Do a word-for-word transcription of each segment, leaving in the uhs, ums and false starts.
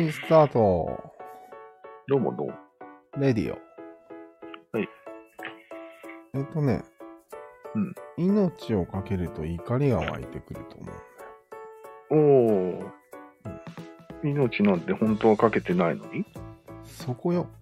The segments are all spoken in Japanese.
イスタート。 どうもどうも。 レディオ。 はい。 えっとね、 うん。 命をかけると怒りが湧いてくると思おー。うん、命なんて本当はかけてないのにそこよ。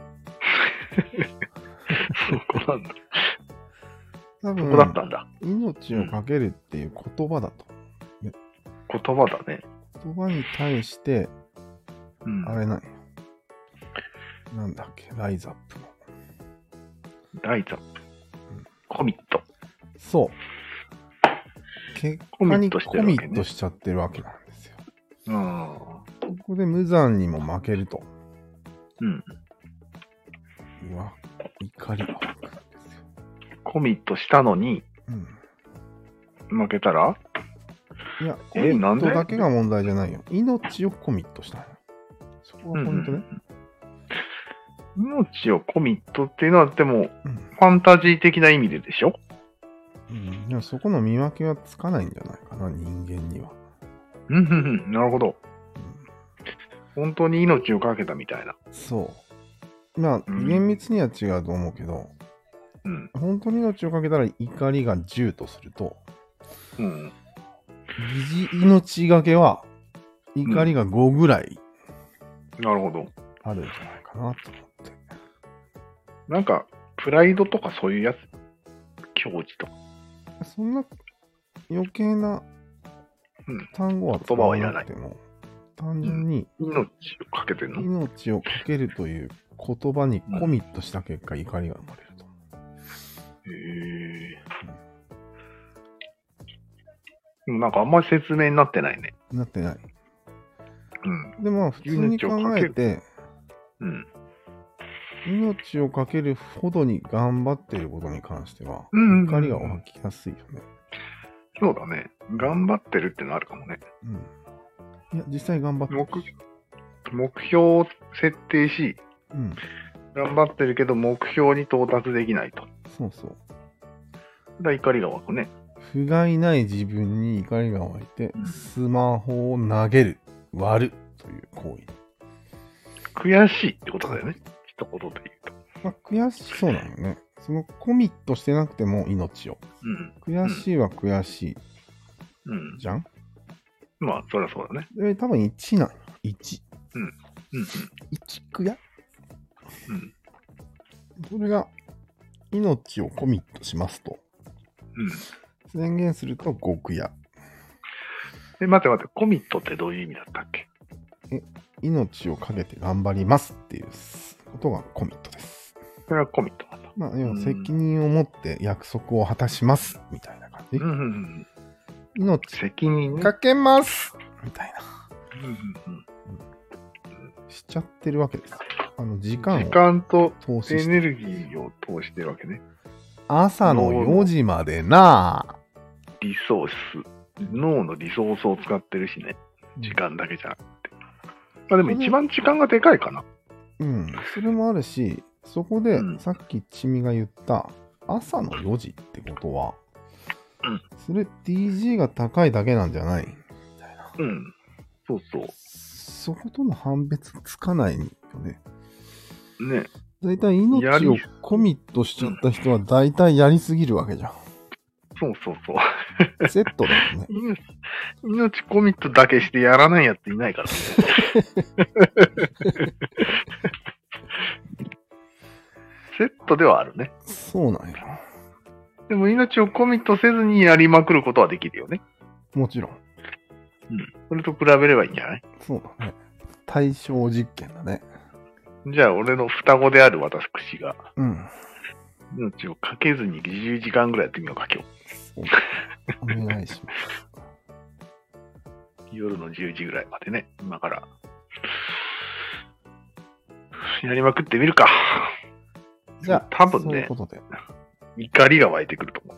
そこなんだ。 多分そこだったんだ。 命をかけるっていう言葉だと。 ね、言葉だね。 言葉に対して、 うん、 あれなんよ。なんだっけ、ライザップの。 ライザップ。うん、コミット。 そう。結果にコミットしちゃってるわけなんですよ。 うん。 ここで無残にも負けると。 うん。 うわ、怒りが湧くんですよ。 コミットしたのに、うん、負けたらいや、コミットだけが問題じゃないよ。命をコミットしたの。そこがポイントね。 うんうん、命をコミットっていうのは、でも、うん、ファンタジー的な意味ででしょ？ うん。でもそこの見分けはつかないんじゃないかな、人間には。 うんうんうん。なるほど。うん、本当に命をかけたみたいな。 そう。まあ、うん、厳密には違うと思うけど、うん、本当に命をかけたら怒りがじゅうとすると、うん、疑似命がけは怒りがごぐらい、 うん、なるほど。 あるんじゃないかなと思って。 なんか、プライドとかそういうやつ、矜持とか。 そんな余計な単語は使わなくても、単純に、 うん、命をかけてるの？ 命をかけるという言葉にコミットした結果、うん、怒りが生まれると。 へえ。でもなんかあんまり説明になってないね。 なってない。 うん。 でも普通に考えて、 うん。 命をかけるほどに頑張っていることに関しては、うんうんうん、怒りが湧きやすいよね。 そうだね。頑張ってるってのあるかもね。 うん。いや、実際頑張ってる。 目, 目標を設定し、うん、頑張ってるけど目標に到達できないと。 そうそう。 だ怒りが湧くね。 不甲斐ない自分に怒りが湧いて、うん、スマホを投げる、割るという行為。 悔しいってことだよね。一言で言うと。 まあ、悔しそうなのね。そのコミットしてなくても命を。うん、悔しいは悔しい。うん、じゃん、 まあ、そりゃそうだね。 で、多分いちなの。いち。 うん。うんうん。 いち悔。 うん。 それが、命をコミットしますと。うん。宣言するとご悔。 え、待って待って、コミットってどういう意味だったっけ？ え、命をかけて頑張りますっていうことがコミットです。 それはコミットなんだ。 まあ、要は責任を持って約束を果たしますみたいな感じ。うんうんうん、命責任かけますみたいな、うんうんうん、しちゃってるわけです。あの時間を時間とエネルギーを通してるわけね。 朝のよじまでなリソース、脳のリソースを使ってるしね。時間だけじゃなくて。まあでも一番時間がでかいかな。 うん、それもあるし、そこでさっきチミが言った朝のよじってことは、うん、それ ティージー が高いだけなんじゃないみたいな。 うん。そうそう。 そことの判別つかないよね。 ね。 だいたい命をコミットしちゃった人はだいたいやりすぎるわけじゃん。 そうそうそう。 セットだよね。 命コミットだけしてやらないやついないからね。セットではあるね。 そうなんや。 でも命をコミットせずにやりまくることはできるよね。 もちろん。 うん。それと比べればいいんじゃない？ そうだね。対象実験だね。 じゃあ俺の双子である私が、 うん。 命をかけずにじゅうじかんぐらいやってみようか、今日。 お願いします。 夜のじゅうじぐらいまでね、今から。やりまくってみるか。 じゃあ、 多分ね、 そういうことで怒りが湧いてくると思った。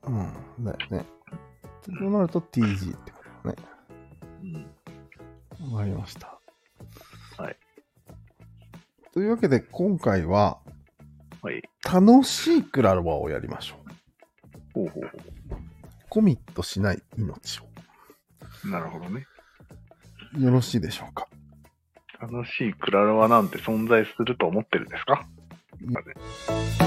うん、だよね。そうなると ティージー ってことだね。うん。わかりました。 はい。 というわけで、今回は、 はい、 楽しいクラロワをやりましょう。ほうほうほう。 コミットしない命を。 なるほどね。 よろしいでしょうか。 楽しいクラロワなんて存在すると思ってるんですか？ いや